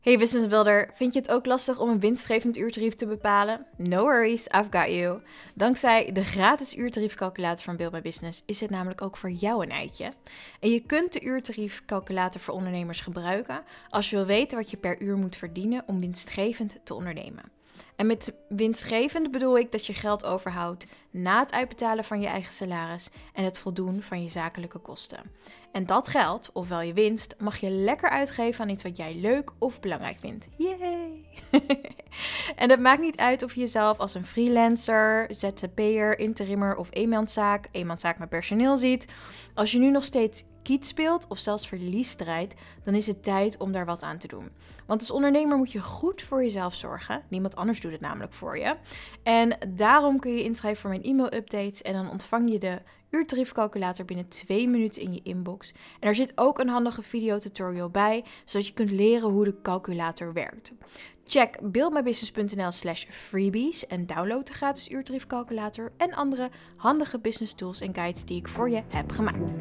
Hey Business Builder, vind je het ook lastig om een winstgevend uurtarief te bepalen? No worries, I've got you. Dankzij de gratis uurtariefcalculator van Build My Business is het namelijk ook voor jou een eitje. En je kunt de uurtariefcalculator voor ondernemers gebruiken als je wil weten wat je per uur moet verdienen om winstgevend te ondernemen. En met winstgevend bedoel ik dat je geld overhoudt na het uitbetalen van je eigen salaris en het voldoen van je zakelijke kosten. En dat geld, ofwel je winst, mag je lekker uitgeven aan iets wat jij leuk of belangrijk vindt. Yay! En het maakt niet uit of je jezelf als een freelancer, ZZP'er, interimmer of eenmanszaak met personeel ziet. Als je nu nog steeds kiet speelt of zelfs verlies draait, dan is het tijd om daar wat aan te doen. Want als ondernemer moet je goed voor jezelf zorgen. Niemand anders doet het namelijk voor je. En daarom kun je inschrijven voor mijn e-mail-updates en dan ontvang je de uurtariefcalculator binnen 2 minuten in je inbox. En er zit ook een handige videotutorial bij, zodat je kunt leren hoe de calculator werkt. Check buildmybusiness.nl/freebies en download de gratis uurtariefcalculator en andere handige business tools en guides die ik voor je heb gemaakt.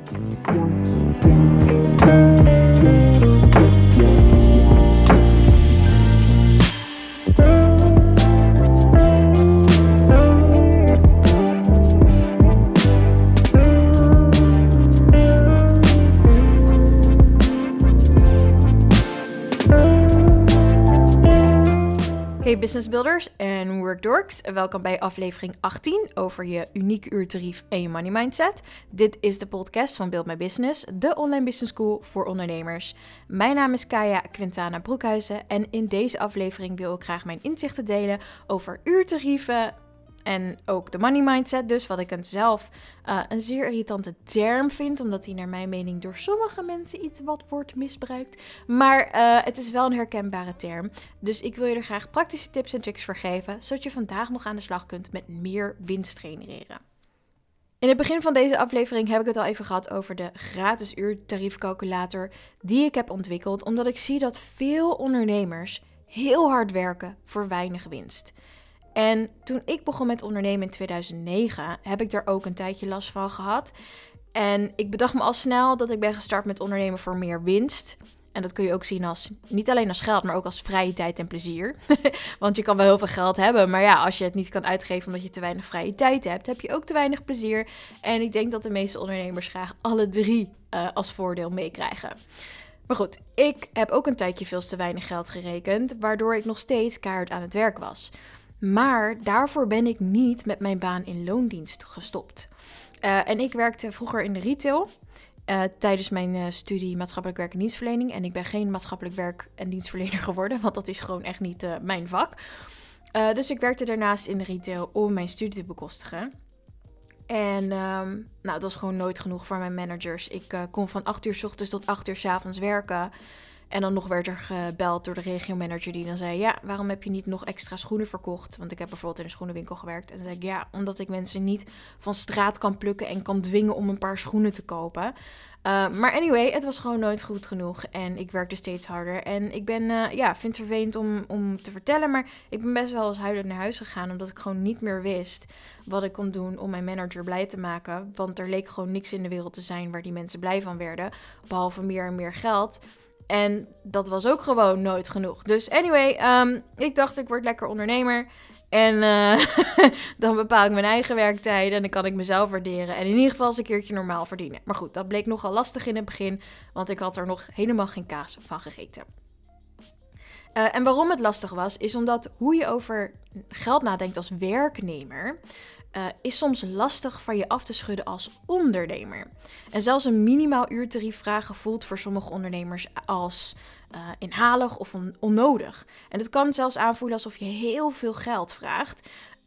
Hey Business Builders en Workdorks, welkom bij aflevering 18 over je unieke uurtarief en je money mindset. Dit is de podcast van Build My Business, de online business school voor ondernemers. Mijn naam is Kaya Quintana Broekhuizen en in deze aflevering wil ik graag mijn inzichten delen over uurtarieven en ook de money mindset, dus wat ik zelf een zeer irritante term vind, omdat die naar mijn mening door sommige mensen iets wat wordt misbruikt. Maar het is wel een herkenbare term, dus ik wil je er graag praktische tips en tricks voor geven, zodat je vandaag nog aan de slag kunt met meer winst genereren. In het begin van deze aflevering heb ik het al even gehad over de gratis uurtariefcalculator die ik heb ontwikkeld, omdat ik zie dat veel ondernemers heel hard werken voor weinig winst. En toen ik begon met ondernemen in 2009, heb ik daar ook een tijdje last van gehad. En ik bedacht me al snel dat ik ben gestart met ondernemen voor meer winst. En dat kun je ook zien als, niet alleen als geld, maar ook als vrije tijd en plezier. Want je kan wel heel veel geld hebben, maar ja, als je het niet kan uitgeven omdat je te weinig vrije tijd hebt, heb je ook te weinig plezier. En ik denk dat de meeste ondernemers graag alle drie als voordeel meekrijgen. Maar goed, ik heb ook een tijdje veel te weinig geld gerekend, waardoor ik nog steeds keihard aan het werk was. Maar daarvoor ben ik niet met mijn baan in loondienst gestopt. En ik werkte vroeger in de retail tijdens mijn studie maatschappelijk werk en dienstverlening. En ik ben geen maatschappelijk werk en dienstverlener geworden, want dat is gewoon echt niet mijn vak. Dus ik werkte daarnaast in de retail om mijn studie te bekostigen. En het was gewoon nooit genoeg voor mijn managers. Ik kon van 8 uur 's ochtends tot 8 uur 's avonds werken. En dan nog werd er gebeld door de regiomanager die dan zei, ja, waarom heb je niet nog extra schoenen verkocht? Want ik heb bijvoorbeeld in een schoenenwinkel gewerkt. En dan zei ik, ja, omdat ik mensen niet van straat kan plukken en kan dwingen om een paar schoenen te kopen. Maar anyway, het was gewoon nooit goed genoeg en ik werkte steeds harder. En ik vind het vervelend om te vertellen, maar ik ben best wel eens huilend naar huis gegaan, omdat ik gewoon niet meer wist wat ik kon doen om mijn manager blij te maken. Want er leek gewoon niks in de wereld te zijn waar die mensen blij van werden, behalve meer en meer geld. En dat was ook gewoon nooit genoeg. Dus anyway, ik dacht ik word lekker ondernemer. En dan bepaal ik mijn eigen werktijden en dan kan ik mezelf waarderen. En in ieder geval eens een keertje normaal verdienen. Maar goed, dat bleek nogal lastig in het begin, want ik had er nog helemaal geen kaas van gegeten. En waarom het lastig was, is omdat hoe je over geld nadenkt als werknemer is soms lastig van je af te schudden als ondernemer. En zelfs een minimaal uurtarief vragen voelt voor sommige ondernemers als inhalig of onnodig. En het kan zelfs aanvoelen alsof je heel veel geld vraagt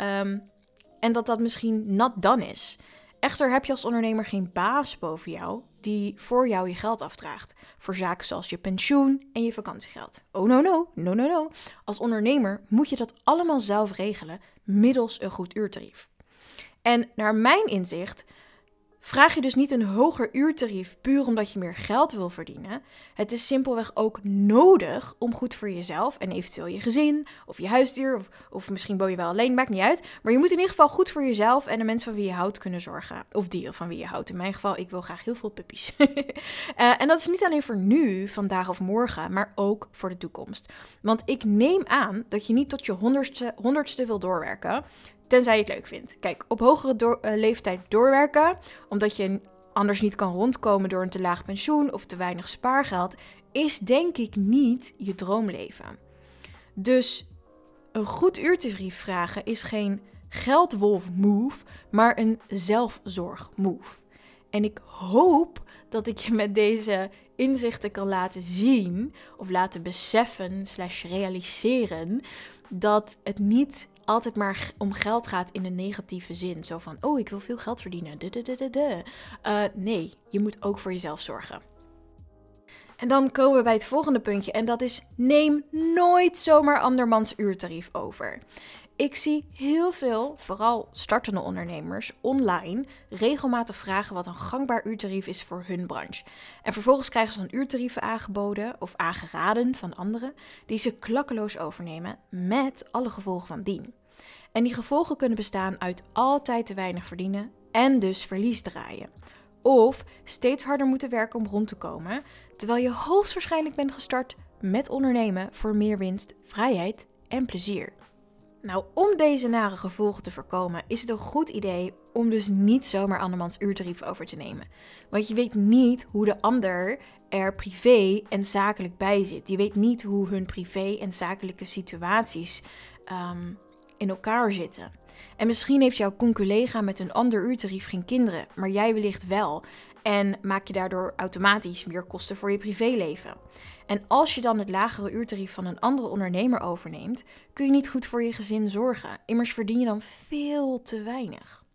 en dat misschien not done is. Echter heb je als ondernemer geen baas boven jou die voor jou je geld afdraagt. Voor zaken zoals je pensioen en je vakantiegeld. Oh no. Als ondernemer moet je dat allemaal zelf regelen middels een goed uurtarief. En naar mijn inzicht vraag je dus niet een hoger uurtarief puur omdat je meer geld wil verdienen. Het is simpelweg ook nodig om goed voor jezelf en eventueel je gezin of je huisdier of misschien woon je wel alleen, maakt niet uit. Maar je moet in ieder geval goed voor jezelf en de mensen van wie je houdt kunnen zorgen. Of dieren van wie je houdt. In mijn geval, ik wil graag heel veel puppies. En dat is niet alleen voor nu, vandaag of morgen, maar ook voor de toekomst. Want ik neem aan dat je niet tot je honderdste wil doorwerken, tenzij je het leuk vindt. Kijk, op hogere leeftijd doorwerken, omdat je anders niet kan rondkomen door een te laag pensioen of te weinig spaargeld, is denk ik niet je droomleven. Dus een goed uurtarief vragen is geen geldwolf move, maar een zelfzorg move. En ik hoop dat ik je met deze inzichten kan laten zien of laten beseffen / realiseren dat het niet altijd maar om geld gaat in een negatieve zin. Zo van, oh, ik wil veel geld verdienen. Nee, je moet ook voor jezelf zorgen. En dan komen we bij het volgende puntje. En dat is, neem nooit zomaar andermans uurtarief over. Ik zie heel veel, vooral startende ondernemers, online regelmatig vragen wat een gangbaar uurtarief is voor hun branche. En vervolgens krijgen ze dan uurtarieven aangeboden of aangeraden van anderen, die ze klakkeloos overnemen met alle gevolgen van dien. En die gevolgen kunnen bestaan uit altijd te weinig verdienen en dus verlies draaien. Of steeds harder moeten werken om rond te komen, terwijl je hoogstwaarschijnlijk bent gestart met ondernemen voor meer winst, vrijheid en plezier. Nou, om deze nare gevolgen te voorkomen is het een goed idee om dus niet zomaar andermans uurtarief over te nemen. Want je weet niet hoe de ander er privé en zakelijk bij zit. Je weet niet hoe hun privé en zakelijke situaties in elkaar zitten. En misschien heeft jouw conculega met een ander uurtarief geen kinderen, maar jij wellicht wel. En maak je daardoor automatisch meer kosten voor je privéleven. En als je dan het lagere uurtarief van een andere ondernemer overneemt, kun je niet goed voor je gezin zorgen. Immers verdien je dan veel te weinig.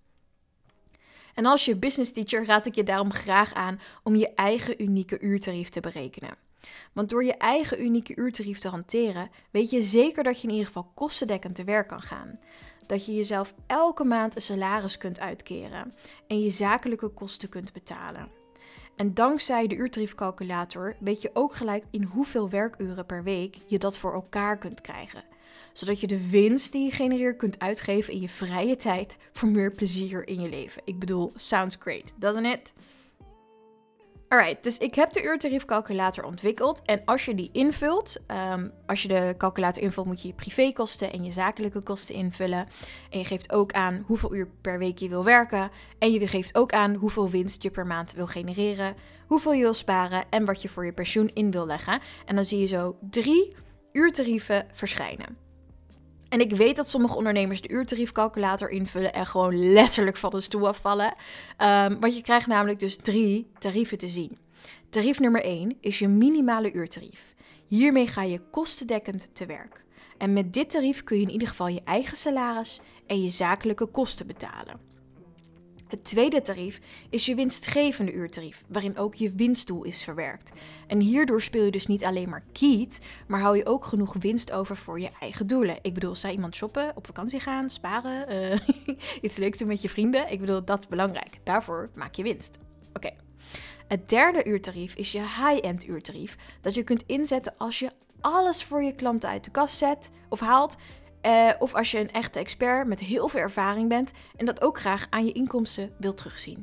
En als je business teacher raad ik je daarom graag aan om je eigen unieke uurtarief te berekenen. Want door je eigen unieke uurtarief te hanteren, weet je zeker dat je in ieder geval kostendekkend te werk kan gaan. Dat je jezelf elke maand een salaris kunt uitkeren en je zakelijke kosten kunt betalen. En dankzij de uurtariefcalculator weet je ook gelijk in hoeveel werkuren per week je dat voor elkaar kunt krijgen. Zodat je de winst die je genereert kunt uitgeven in je vrije tijd voor meer plezier in je leven. Ik bedoel, sounds great, doesn't it? Alright, dus ik heb de uurtariefcalculator ontwikkeld en als je die invult, als je de calculator invult moet je je privékosten en je zakelijke kosten invullen. En je geeft ook aan hoeveel uur per week je wil werken en je geeft ook aan hoeveel winst je per maand wil genereren, hoeveel je wil sparen en wat je voor je pensioen in wil leggen. En dan zie je zo 3 uurtarieven verschijnen. En ik weet dat sommige ondernemers de uurtariefcalculator invullen en gewoon letterlijk van de stoel afvallen. Want je krijgt namelijk dus 3 tarieven te zien. Tarief nummer 1 is je minimale uurtarief. Hiermee ga je kostendekkend te werk. En met dit tarief kun je in ieder geval je eigen salaris en je zakelijke kosten betalen. Het tweede tarief is je winstgevende uurtarief, waarin ook je winstdoel is verwerkt. En hierdoor speel je dus niet alleen maar kiet, maar hou je ook genoeg winst over voor je eigen doelen. Ik bedoel, zou iemand shoppen, op vakantie gaan, sparen, iets leuks doen met je vrienden? Ik bedoel, dat is belangrijk. Daarvoor maak je winst. Oké. Het derde uurtarief is je high-end uurtarief, dat je kunt inzetten als je alles voor je klanten uit de kast zet of haalt. Of als je een echte expert met heel veel ervaring bent en dat ook graag aan je inkomsten wilt terugzien.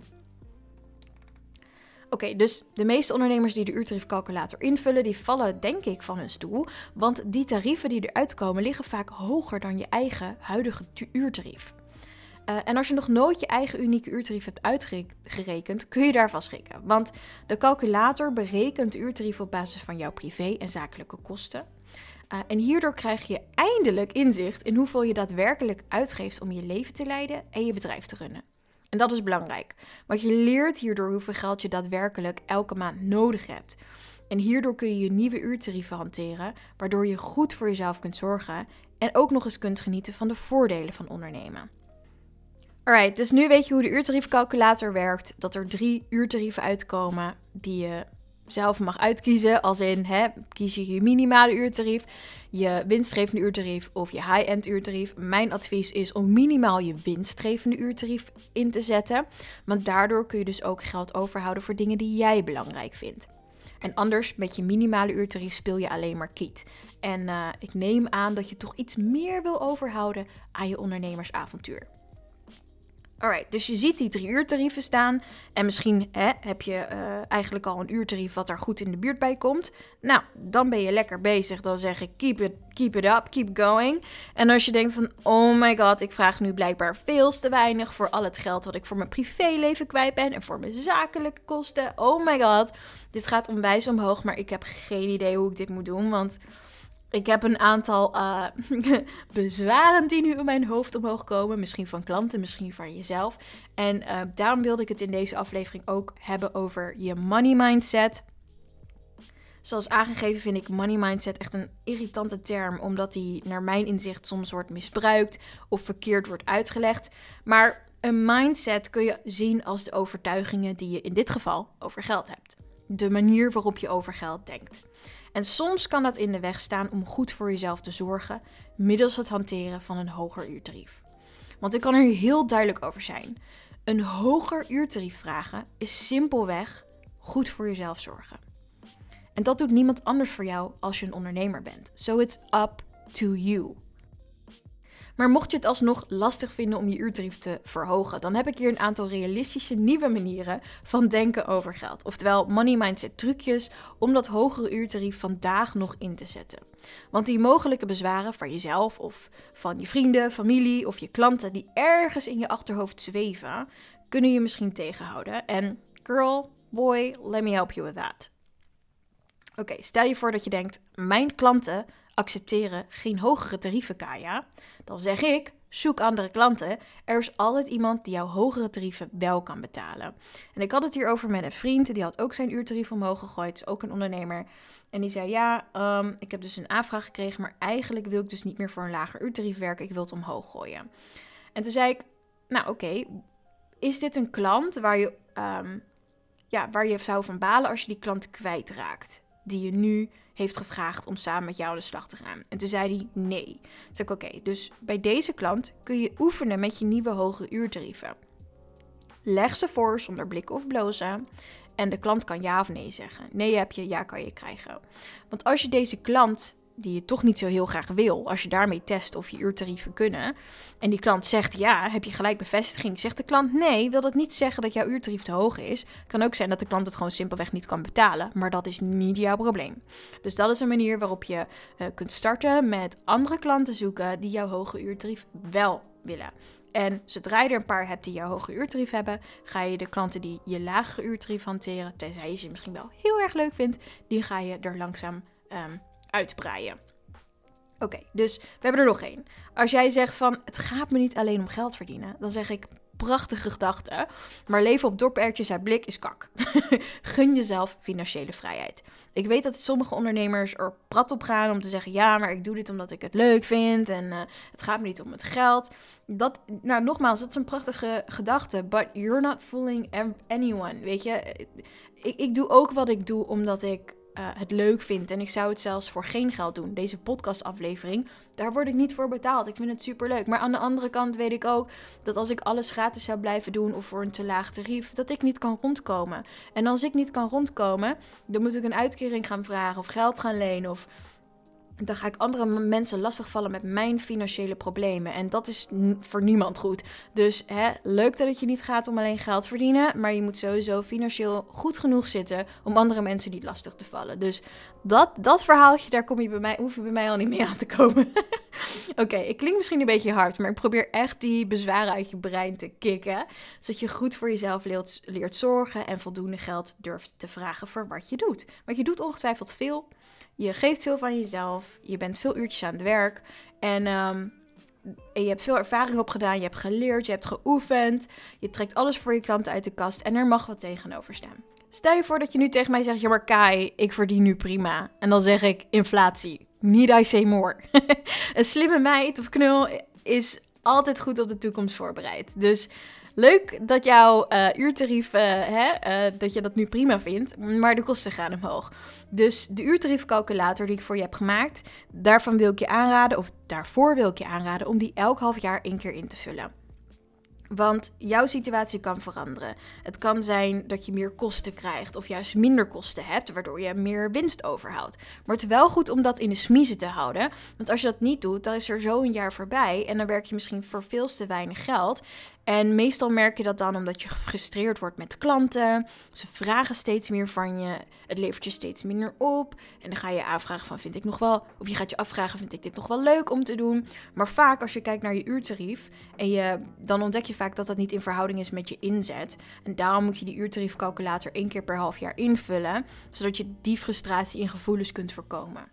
Oké, dus de meeste ondernemers die de uurtariefcalculator invullen, die vallen denk ik van hun stoel. Want die tarieven die eruit komen liggen vaak hoger dan je eigen huidige uurtarief. En als je nog nooit je eigen unieke uurtarief hebt uitgerekend, kun je daarvan schrikken. Want de calculator berekent de uurtarief op basis van jouw privé en zakelijke kosten. En hierdoor krijg je eindelijk inzicht in hoeveel je daadwerkelijk uitgeeft om je leven te leiden en je bedrijf te runnen. En dat is belangrijk, want je leert hierdoor hoeveel geld je daadwerkelijk elke maand nodig hebt. En hierdoor kun je je nieuwe uurtarieven hanteren, waardoor je goed voor jezelf kunt zorgen en ook nog eens kunt genieten van de voordelen van ondernemen. Alright, dus nu weet je hoe de uurtariefcalculator werkt, dat er 3 uurtarieven uitkomen die je zelf mag uitkiezen. Als in, kies je minimale uurtarief, je winstgevende uurtarief of je high-end uurtarief. Mijn advies is om minimaal je winstgevende uurtarief in te zetten. Want daardoor kun je dus ook geld overhouden voor dingen die jij belangrijk vindt. En anders, met je minimale uurtarief speel je alleen maar kiet. En ik neem aan dat je toch iets meer wil overhouden aan je ondernemersavontuur. Alright, dus je ziet die 3 uurtarieven staan. En misschien heb je eigenlijk al een uurtarief wat daar goed in de buurt bij komt. Nou, dan ben je lekker bezig. Dan zeg ik keep it up, keep going. En als je denkt van, oh my god, ik vraag nu blijkbaar veel te weinig voor al het geld wat ik voor mijn privéleven kwijt ben. En voor mijn zakelijke kosten. Oh my god, dit gaat onwijs omhoog. Maar ik heb geen idee hoe ik dit moet doen, want ik heb een aantal bezwaren die nu in mijn hoofd omhoog komen. Misschien van klanten, misschien van jezelf. En daarom wilde ik het in deze aflevering ook hebben over je money mindset. Zoals aangegeven vind ik money mindset echt een irritante term, omdat die naar mijn inzicht soms wordt misbruikt of verkeerd wordt uitgelegd. Maar een mindset kun je zien als de overtuigingen die je in dit geval over geld hebt. De manier waarop je over geld denkt. En soms kan dat in de weg staan om goed voor jezelf te zorgen, middels het hanteren van een hoger uurtarief. Want ik kan er hier heel duidelijk over zijn. Een hoger uurtarief vragen is simpelweg goed voor jezelf zorgen. En dat doet niemand anders voor jou als je een ondernemer bent. So it's up to you. Maar mocht je het alsnog lastig vinden om je uurtarief te verhogen, dan heb ik hier een aantal realistische nieuwe manieren van denken over geld. Oftewel money mindset trucjes om dat hogere uurtarief vandaag nog in te zetten. Want die mogelijke bezwaren van jezelf of van je vrienden, familie of je klanten die ergens in je achterhoofd zweven, kunnen je misschien tegenhouden. En girl, boy, let me help you with that. Oké, stel je voor dat je denkt, mijn klanten accepteren geen hogere tarieven, Kaya. Dan zeg ik, zoek andere klanten. Er is altijd iemand die jouw hogere tarieven wel kan betalen. En ik had het hierover met een vriend, die had ook zijn uurtarief omhoog gegooid, is ook een ondernemer. En die zei, ik heb dus een aanvraag gekregen, maar eigenlijk wil ik dus niet meer voor een lager uurtarief werken, ik wil het omhoog gooien. En toen zei ik, nou oké, is dit een klant waar je zou van balen als je die klant kwijtraakt? Die je nu heeft gevraagd om samen met jou aan de slag te gaan. En toen zei hij nee. Toen zei ik oké, dus bij deze klant kun je oefenen met je nieuwe hoge uurtarieven. Leg ze voor zonder blikken of blozen. En de klant kan ja of nee zeggen. Nee heb je, ja kan je krijgen. Want als je deze klant, die je toch niet zo heel graag wil, als je daarmee test of je uurtarieven kunnen, en die klant zegt ja, heb je gelijk bevestiging. Zegt de klant nee, wil dat niet zeggen dat jouw uurtarief te hoog is. Kan ook zijn dat de klant het gewoon simpelweg niet kan betalen, maar dat is niet jouw probleem. Dus dat is een manier waarop je kunt starten met andere klanten zoeken die jouw hoge uurtarief wel willen. En zodra je er een paar hebt die jouw hoge uurtarief hebben, ga je de klanten die je lage uurtarief hanteren, tenzij je ze misschien wel heel erg leuk vindt, die ga je er langzaam uitbreien. Oké, dus we hebben er nog één. Als jij zegt van, het gaat me niet alleen om geld verdienen, dan zeg ik, prachtige gedachte, maar leven op dorpertjes uit blik is kak. Gun jezelf financiële vrijheid. Ik weet dat sommige ondernemers er prat op gaan om te zeggen, ja, maar ik doe dit omdat ik het leuk vind en het gaat me niet om het geld. Nogmaals, dat is een prachtige gedachte, but you're not fooling anyone, weet je. Ik doe ook wat ik doe omdat ik het leuk vind. En ik zou het zelfs voor geen geld doen. Deze podcastaflevering, daar word ik niet voor betaald. Ik vind het superleuk. Maar aan de andere kant weet ik ook dat als ik alles gratis zou blijven doen of voor een te laag tarief, dat ik niet kan rondkomen. En als ik niet kan rondkomen, dan moet ik een uitkering gaan vragen of geld gaan lenen of dan ga ik andere mensen lastigvallen met mijn financiële problemen. En dat is voor niemand goed. Dus leuk dat het je niet gaat om alleen geld verdienen. Maar je moet sowieso financieel goed genoeg zitten om andere mensen niet lastig te vallen. Dus dat verhaaltje, daar hoef je bij mij al niet mee aan te komen. Oké, ik klink misschien een beetje hard, maar ik probeer echt die bezwaren uit je brein te kicken. Zodat je goed voor jezelf leert zorgen en voldoende geld durft te vragen voor wat je doet. Want je doet ongetwijfeld veel. Je geeft veel van jezelf, je bent veel uurtjes aan het werk en je hebt veel ervaring opgedaan, je hebt geleerd, je hebt geoefend, je trekt alles voor je klanten uit de kast en er mag wat tegenover staan. Stel je voor dat je nu tegen mij zegt, ja maar Kai, ik verdien nu prima. En dan zeg ik, inflatie, need I say more. Een slimme meid of knul is altijd goed op de toekomst voorbereid. Dus Leuk dat jouw uurtarief, dat je dat nu prima vindt, maar de kosten gaan omhoog. Dus de uurtariefcalculator die ik voor je heb gemaakt, daarvoor wil ik je aanraden om die elk half jaar 1 keer in te vullen. Want jouw situatie kan veranderen. Het kan zijn dat je meer kosten krijgt of juist minder kosten hebt, waardoor je meer winst overhoudt. Maar het is wel goed om dat in de smiezen te houden. Want als je dat niet doet, dan is er zo een jaar voorbij en dan werk je misschien voor veel te weinig geld. En meestal merk je dat dan omdat je gefrustreerd wordt met klanten. Ze vragen steeds meer van je. Het levert je steeds minder op. En dan ga je aanvragen van, je gaat je afvragen, vind ik dit nog wel leuk om te doen? Maar vaak als je kijkt naar je uurtarief, dan ontdek je vaak dat dat niet in verhouding is met je inzet. En daarom moet je die uurtariefcalculator 1 keer per half jaar invullen, zodat je die frustratie en gevoelens kunt voorkomen.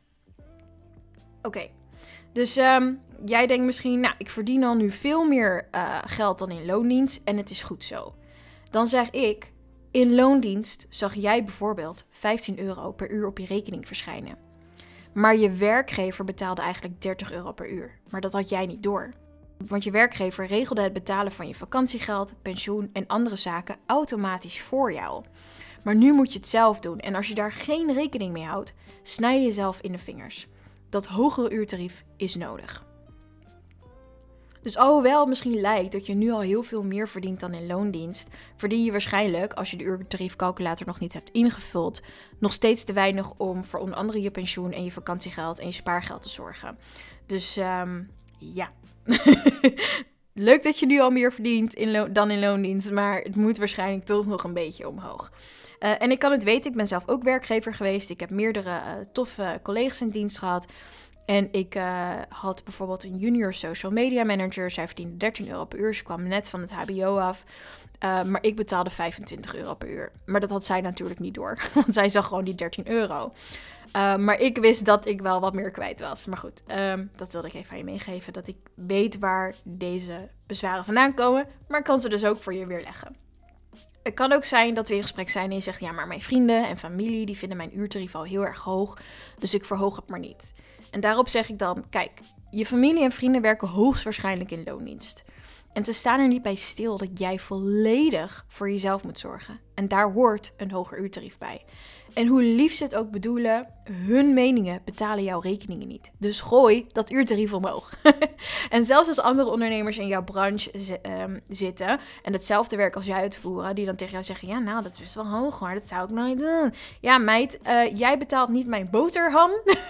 Oké. Dus jij denkt misschien, ik verdien al nu veel meer geld dan in loondienst en het is goed zo. Dan zeg ik, in loondienst zag jij bijvoorbeeld €15 per uur op je rekening verschijnen. Maar je werkgever betaalde eigenlijk €30 per uur. Maar dat had jij niet door. Want je werkgever regelde het betalen van je vakantiegeld, pensioen en andere zaken automatisch voor jou. Maar nu moet je het zelf doen en als je daar geen rekening mee houdt, snij je jezelf in de vingers. Dat hogere uurtarief is nodig. Dus alhoewel het misschien lijkt dat je nu al heel veel meer verdient dan in loondienst, verdien je waarschijnlijk, als je de uurtariefcalculator nog niet hebt ingevuld, nog steeds te weinig om voor onder andere je pensioen en je vakantiegeld en je spaargeld te zorgen. Dus ja. Leuk dat je nu al meer verdient dan in loondienst, maar het moet waarschijnlijk toch nog een beetje omhoog. En ik kan het weten, ik ben zelf ook werkgever geweest. Ik heb meerdere toffe collega's in dienst gehad. En ik had bijvoorbeeld een junior social media manager. Zij verdiende €13 per uur. Ze kwam net van het hbo af. Maar ik betaalde €25 per uur. Maar dat had zij natuurlijk niet door. Want zij zag gewoon die €13. Maar ik wist dat ik wel wat meer kwijt was. Maar goed, dat wilde ik even aan je meegeven. Dat ik weet waar deze bezwaren vandaan komen. Maar ik kan ze dus ook voor je weerleggen. Het kan ook zijn dat we in gesprek zijn en je zegt, ja, maar mijn vrienden en familie, die vinden mijn uurtarief al heel erg hoog, dus ik verhoog het maar niet. En daarop zeg ik dan, kijk, je familie en vrienden werken hoogstwaarschijnlijk in loondienst. En ze staan er niet bij stil dat jij volledig voor jezelf moet zorgen. En daar hoort een hoger uurtarief bij. En hoe lief ze het ook bedoelen, hun meningen betalen jouw rekeningen niet. Dus gooi dat uurtarief omhoog. En zelfs als andere ondernemers in jouw branche zitten en hetzelfde werk als jij uitvoeren, die dan tegen jou zeggen, ja nou, dat is best wel hoog hoor, dat zou ik nooit doen. Ja meid, jij betaalt niet mijn boterham.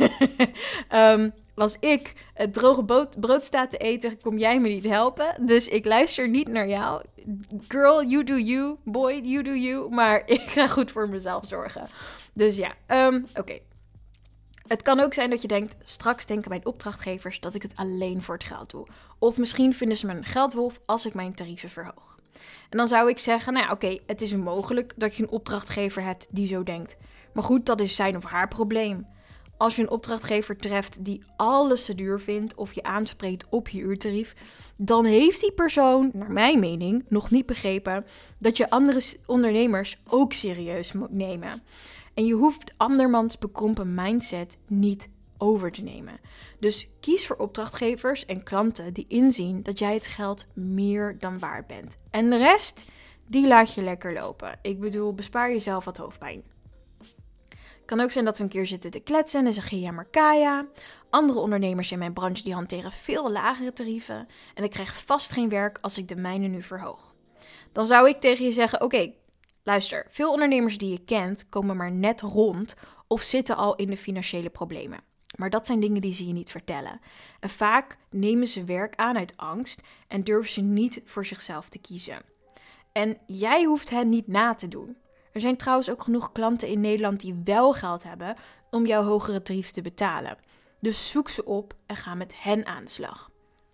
Als ik het droge brood sta te eten, kom jij me niet helpen. Dus ik luister niet naar jou. Girl, you do you. Boy, you do you. Maar ik ga goed voor mezelf zorgen. Dus ja, oké. Het kan ook zijn dat je denkt, straks denken mijn opdrachtgevers dat ik het alleen voor het geld doe. Of misschien vinden ze me een geldwolf als ik mijn tarieven verhoog. En dan zou ik zeggen, nou ja, oké, het is mogelijk dat je een opdrachtgever hebt die zo denkt. Maar goed, dat is zijn of haar probleem. Als je een opdrachtgever treft die alles te duur vindt of je aanspreekt op je uurtarief, dan heeft die persoon, naar mijn mening, nog niet begrepen dat je andere ondernemers ook serieus moet nemen. En je hoeft andermans bekrompen mindset niet over te nemen. Dus kies voor opdrachtgevers en klanten die inzien dat jij het geld meer dan waard bent. En de rest, die laat je lekker lopen. Ik bedoel, bespaar jezelf wat hoofdpijn. Het kan ook zijn dat we een keer zitten te kletsen en dan zeg je, ja maar Kaya, andere ondernemers in mijn branche die hanteren veel lagere tarieven en ik krijg vast geen werk als ik de mijne nu verhoog. Dan zou ik tegen je zeggen, oké, luister, veel ondernemers die je kent komen maar net rond of zitten al in de financiële problemen. Maar dat zijn dingen die ze je niet vertellen. En vaak nemen ze werk aan uit angst en durven ze niet voor zichzelf te kiezen. En jij hoeft hen niet na te doen. Er zijn trouwens ook genoeg klanten in Nederland die wel geld hebben om jouw hogere tarief te betalen. Dus zoek ze op en ga met hen aan de slag.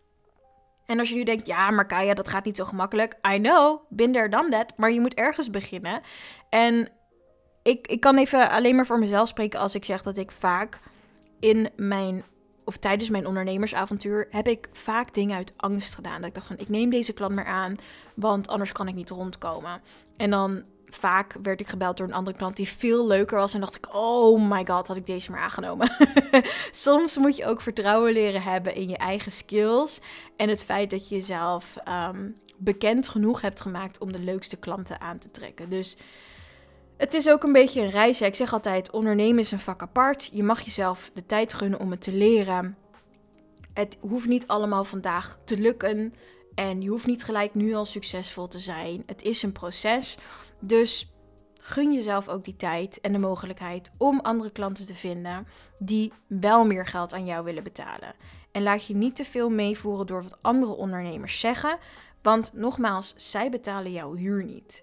En als je nu denkt, ja, maar Kaya, dat gaat niet zo gemakkelijk. I know, been there, done that. Maar je moet ergens beginnen. En ik kan even alleen maar voor mezelf spreken als ik zeg dat ik vaak tijdens mijn ondernemersavontuur heb ik vaak dingen uit angst gedaan. Dat ik dacht van, ik neem deze klant maar aan, want anders kan ik niet rondkomen. En dan vaak werd ik gebeld door een andere klant die veel leuker was en dacht ik, oh my god, had ik deze maar aangenomen. Soms moet je ook vertrouwen leren hebben in je eigen skills en het feit dat je jezelf bekend genoeg hebt gemaakt om de leukste klanten aan te trekken. Dus het is ook een beetje een reis. Ik zeg altijd, ondernemen is een vak apart. Je mag jezelf de tijd gunnen om het te leren. Het hoeft niet allemaal vandaag te lukken. En je hoeft niet gelijk nu al succesvol te zijn. Het is een proces. Dus gun jezelf ook die tijd en de mogelijkheid om andere klanten te vinden die wel meer geld aan jou willen betalen. En laat je niet te veel meevoeren door wat andere ondernemers zeggen. Want nogmaals, zij betalen jouw huur niet.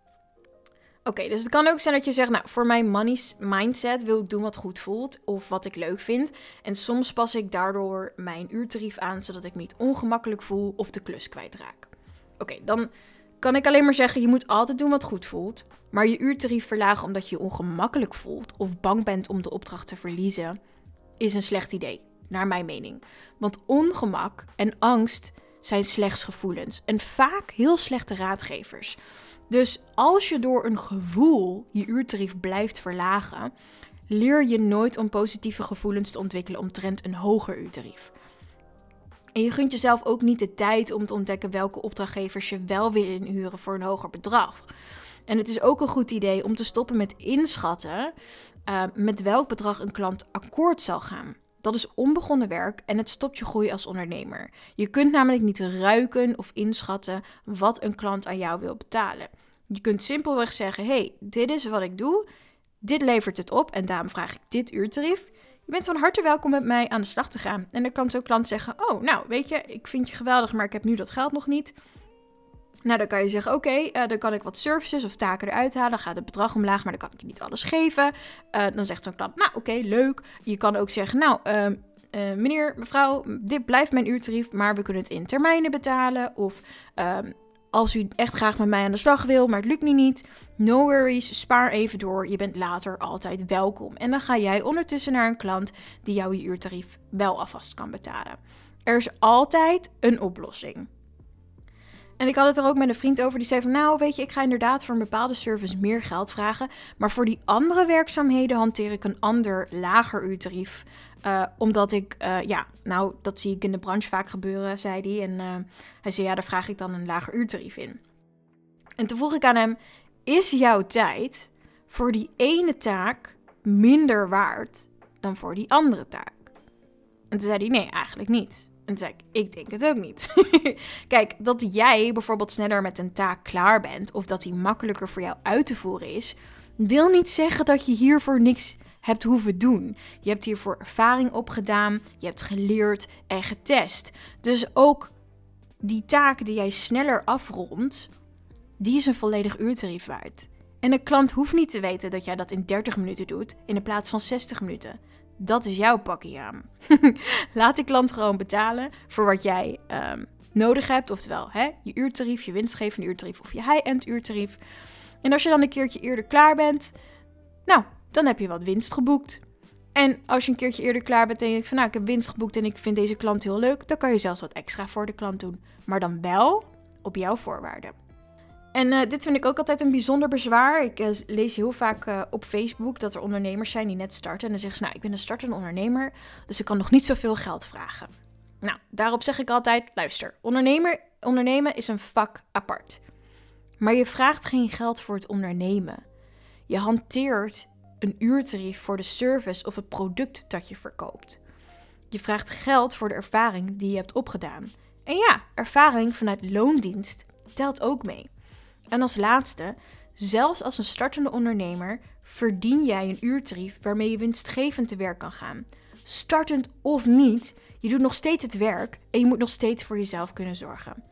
Oké, dus het kan ook zijn dat je zegt, nou, voor mijn money mindset wil ik doen wat goed voelt of wat ik leuk vind. En soms pas ik daardoor mijn uurtarief aan, zodat ik me niet ongemakkelijk voel of de klus kwijtraak. Oké, dan kan ik alleen maar zeggen, je moet altijd doen wat goed voelt. Maar je uurtarief verlagen omdat je je ongemakkelijk voelt of bang bent om de opdracht te verliezen, is een slecht idee, naar mijn mening. Want ongemak en angst zijn slechts gevoelens en vaak heel slechte raadgevers. Dus als je door een gevoel je uurtarief blijft verlagen, leer je nooit om positieve gevoelens te ontwikkelen omtrent een hoger uurtarief. En je gunt jezelf ook niet de tijd om te ontdekken welke opdrachtgevers je wel willen inhuren voor een hoger bedrag. En het is ook een goed idee om te stoppen met inschatten met welk bedrag een klant akkoord zal gaan. Dat is onbegonnen werk en het stopt je groei als ondernemer. Je kunt namelijk niet ruiken of inschatten wat een klant aan jou wil betalen. Je kunt simpelweg zeggen, hey, dit is wat ik doe, dit levert het op en daarom vraag ik dit uurtarief. Je bent van harte welkom met mij aan de slag te gaan. En dan kan zo'n klant zeggen, oh, nou, weet je, ik vind je geweldig, maar ik heb nu dat geld nog niet. Nou, dan kan je zeggen, oké, dan kan ik wat services of taken eruit halen. Dan gaat het bedrag omlaag, maar dan kan ik je niet alles geven. Dan zegt zo'n klant, nou, oké, leuk. Je kan ook zeggen, nou, meneer, mevrouw, dit blijft mijn uurtarief, maar we kunnen het in termijnen betalen. Of als u echt graag met mij aan de slag wil, maar het lukt nu niet. No worries, spaar even door. Je bent later altijd welkom. En dan ga jij ondertussen naar een klant die jou je uurtarief wel alvast kan betalen. Er is altijd een oplossing. En ik had het er ook met een vriend over die zei van, nou weet je, ik ga inderdaad voor een bepaalde service meer geld vragen. Maar voor die andere werkzaamheden hanteer ik een ander lager uurtarief. Omdat ik, dat zie ik in de branche vaak gebeuren, zei hij. En hij zei, ja, daar vraag ik dan een lager uurtarief in. En toen vroeg ik aan hem, is jouw tijd voor die ene taak minder waard dan voor die andere taak? En toen zei hij, nee, eigenlijk niet. En toen zei ik denk het ook niet. Kijk, dat jij bijvoorbeeld sneller met een taak klaar bent of dat die makkelijker voor jou uit te voeren is, wil niet zeggen dat je hiervoor niks hebt hoeven doen. Je hebt hiervoor ervaring opgedaan, je hebt geleerd en getest. Dus ook die taak die jij sneller afrondt, die is een volledig uurtarief waard. En een klant hoeft niet te weten dat jij dat in 30 minuten doet in de plaats van 60 minuten. Dat is jouw pakje aan. Laat die klant gewoon betalen voor wat jij nodig hebt. Oftewel, je uurtarief, je winstgevende uurtarief of je high-end uurtarief. En als je dan een keertje eerder klaar bent, nou, dan heb je wat winst geboekt. En als je een keertje eerder klaar bent en je denkt van, nou, ik heb winst geboekt en ik vind deze klant heel leuk, dan kan je zelfs wat extra voor de klant doen. Maar dan wel op jouw voorwaarden. En dit vind ik ook altijd een bijzonder bezwaar. Ik lees heel vaak op Facebook dat er ondernemers zijn die net starten. En dan zeggen ze, nou, ik ben een startende ondernemer, dus ik kan nog niet zoveel geld vragen. Nou, daarop zeg ik altijd, luister, ondernemen is een vak apart. Maar je vraagt geen geld voor het ondernemen. Je hanteert een uurtarief voor de service of het product dat je verkoopt. Je vraagt geld voor de ervaring die je hebt opgedaan. En ja, ervaring vanuit loondienst telt ook mee. En als laatste, zelfs als een startende ondernemer verdien jij een uurtarief waarmee je winstgevend te werk kan gaan. Startend of niet, je doet nog steeds het werk en je moet nog steeds voor jezelf kunnen zorgen.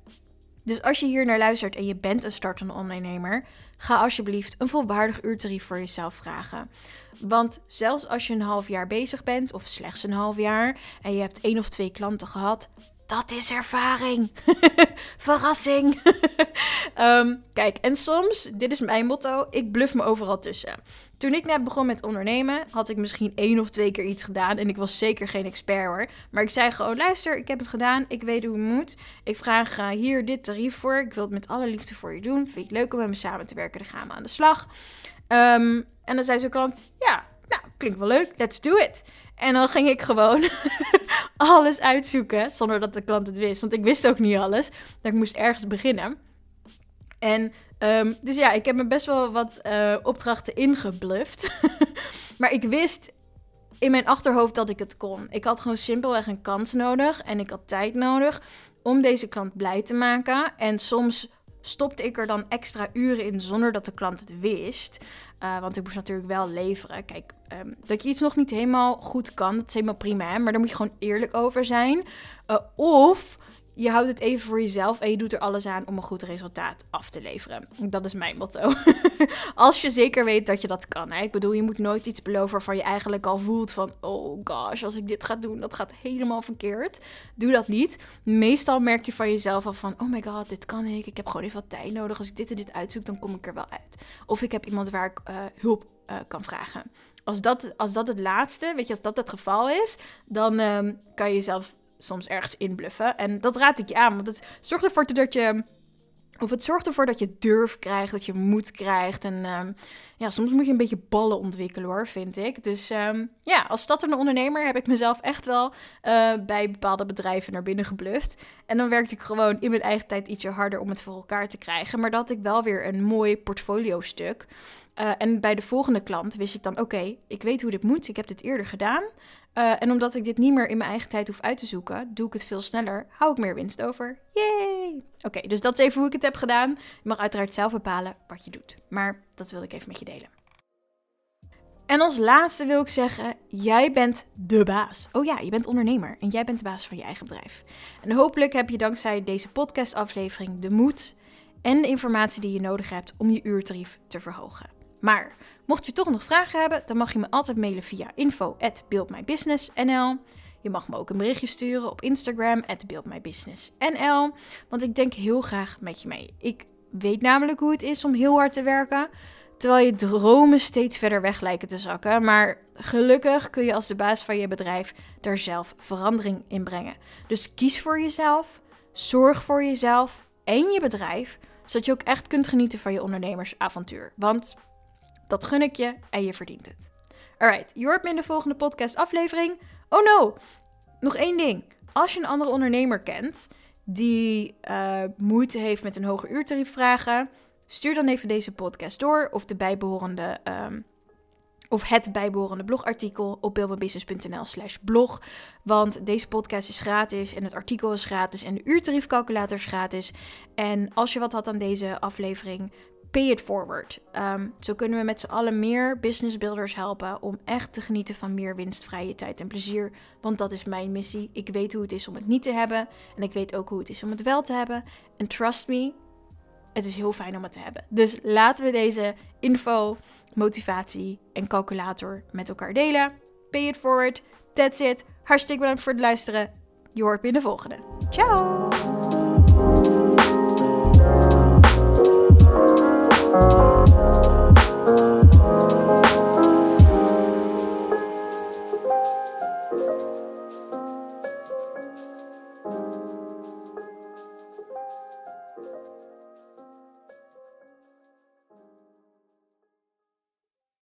Dus als je hier naar luistert en je bent een startende ondernemer, ga alsjeblieft een volwaardig uurtarief voor jezelf vragen. Want zelfs als je een half jaar bezig bent, of slechts een half jaar, en je hebt 1 of 2 klanten gehad, dat is ervaring. Verrassing. Kijk, en soms, dit is mijn motto, ik bluff me overal tussen. Toen ik net begon met ondernemen, had ik misschien 1 of 2 keer iets gedaan. En ik was zeker geen expert hoor. Maar ik zei gewoon, luister, ik heb het gedaan. Ik weet hoe het moet. Ik vraag hier dit tarief voor. Ik wil het met alle liefde voor je doen. Vind je het leuk om met me samen te werken? Dan gaan we aan de slag. En dan zei zo'n klant, ja, nou, klinkt wel leuk. Let's do it. En dan ging ik gewoon alles uitzoeken, zonder dat de klant het wist. Want ik wist ook niet alles, dat ik moest ergens beginnen. En dus ja, ik heb me best wel wat opdrachten ingebluft. Maar ik wist in mijn achterhoofd dat ik het kon. Ik had gewoon simpelweg een kans nodig en ik had tijd nodig om deze klant blij te maken. En soms stopte ik er dan extra uren in zonder dat de klant het wist. Want ik moest natuurlijk wel leveren. Kijk, dat je iets nog niet helemaal goed kan, dat is helemaal prima. Hè? Maar daar moet je gewoon eerlijk over zijn. Of je houdt het even voor jezelf en je doet er alles aan om een goed resultaat af te leveren. Dat is mijn motto. Als je zeker weet dat je dat kan. Hè? Ik bedoel, je moet nooit iets beloven waarvan je eigenlijk al voelt van, oh gosh, als ik dit ga doen, dat gaat helemaal verkeerd. Doe dat niet. Meestal merk je van jezelf al van, oh my god, dit kan ik. Ik heb gewoon even wat tijd nodig. Als ik dit en dit uitzoek, dan kom ik er wel uit. Of ik heb iemand waar ik hulp kan vragen. Als dat het laatste, weet je, als dat het geval is, dan kan je jezelf soms ergens inbluffen. En dat raad ik je aan, want het zorgt ervoor dat je durf krijgt, dat je moed krijgt. En soms moet je een beetje ballen ontwikkelen hoor, vind ik. Dus als startende ondernemer heb ik mezelf echt wel bij bepaalde bedrijven naar binnen gebluft. En dan werkte ik gewoon in mijn eigen tijd ietsje harder om het voor elkaar te krijgen. Maar dat had ik wel weer een mooi portfolio stuk. En bij de volgende klant wist ik dan, oké, ik weet hoe dit moet. Ik heb dit eerder gedaan. En omdat ik dit niet meer in mijn eigen tijd hoef uit te zoeken, doe ik het veel sneller, hou ik meer winst over. Yay! Oké, dus dat is even hoe ik het heb gedaan. Je mag uiteraard zelf bepalen wat je doet. Maar dat wil ik even met je delen. En als laatste wil ik zeggen, jij bent de baas. Oh ja, je bent ondernemer en jij bent de baas van je eigen bedrijf. En hopelijk heb je dankzij deze podcastaflevering de moed en de informatie die je nodig hebt om je uurtarief te verhogen. Maar mocht je toch nog vragen hebben, dan mag je me altijd mailen via info@buildmybusiness.nl. Je mag me ook een berichtje sturen op Instagram @buildmybusiness.nl. Want ik denk heel graag met je mee. Ik weet namelijk hoe het is om heel hard te werken, terwijl je dromen steeds verder weg lijken te zakken. Maar gelukkig kun je als de baas van je bedrijf daar zelf verandering in brengen. Dus kies voor jezelf, zorg voor jezelf en je bedrijf, zodat je ook echt kunt genieten van je ondernemersavontuur. Want dat gun ik je en je verdient het. Alright, je hoort me in de volgende podcast aflevering. Oh no, nog één ding. Als je een andere ondernemer kent die moeite heeft met een hoger uurtarief vragen, stuur dan even deze podcast door of het bijbehorende blogartikel op buildmybusiness.nl/blog. Want deze podcast is gratis en het artikel is gratis en de uurtariefcalculator is gratis. En als je wat had aan deze aflevering, pay it forward. Zo kunnen we met z'n allen meer business builders helpen om echt te genieten van meer winstvrije tijd en plezier. Want dat is mijn missie. Ik weet hoe het is om het niet te hebben. En ik weet ook hoe het is om het wel te hebben. En trust me, het is heel fijn om het te hebben. Dus laten we deze info, motivatie en calculator met elkaar delen. Pay it forward. That's it. Hartstikke bedankt voor het luisteren. Je hoort me in de volgende. Ciao!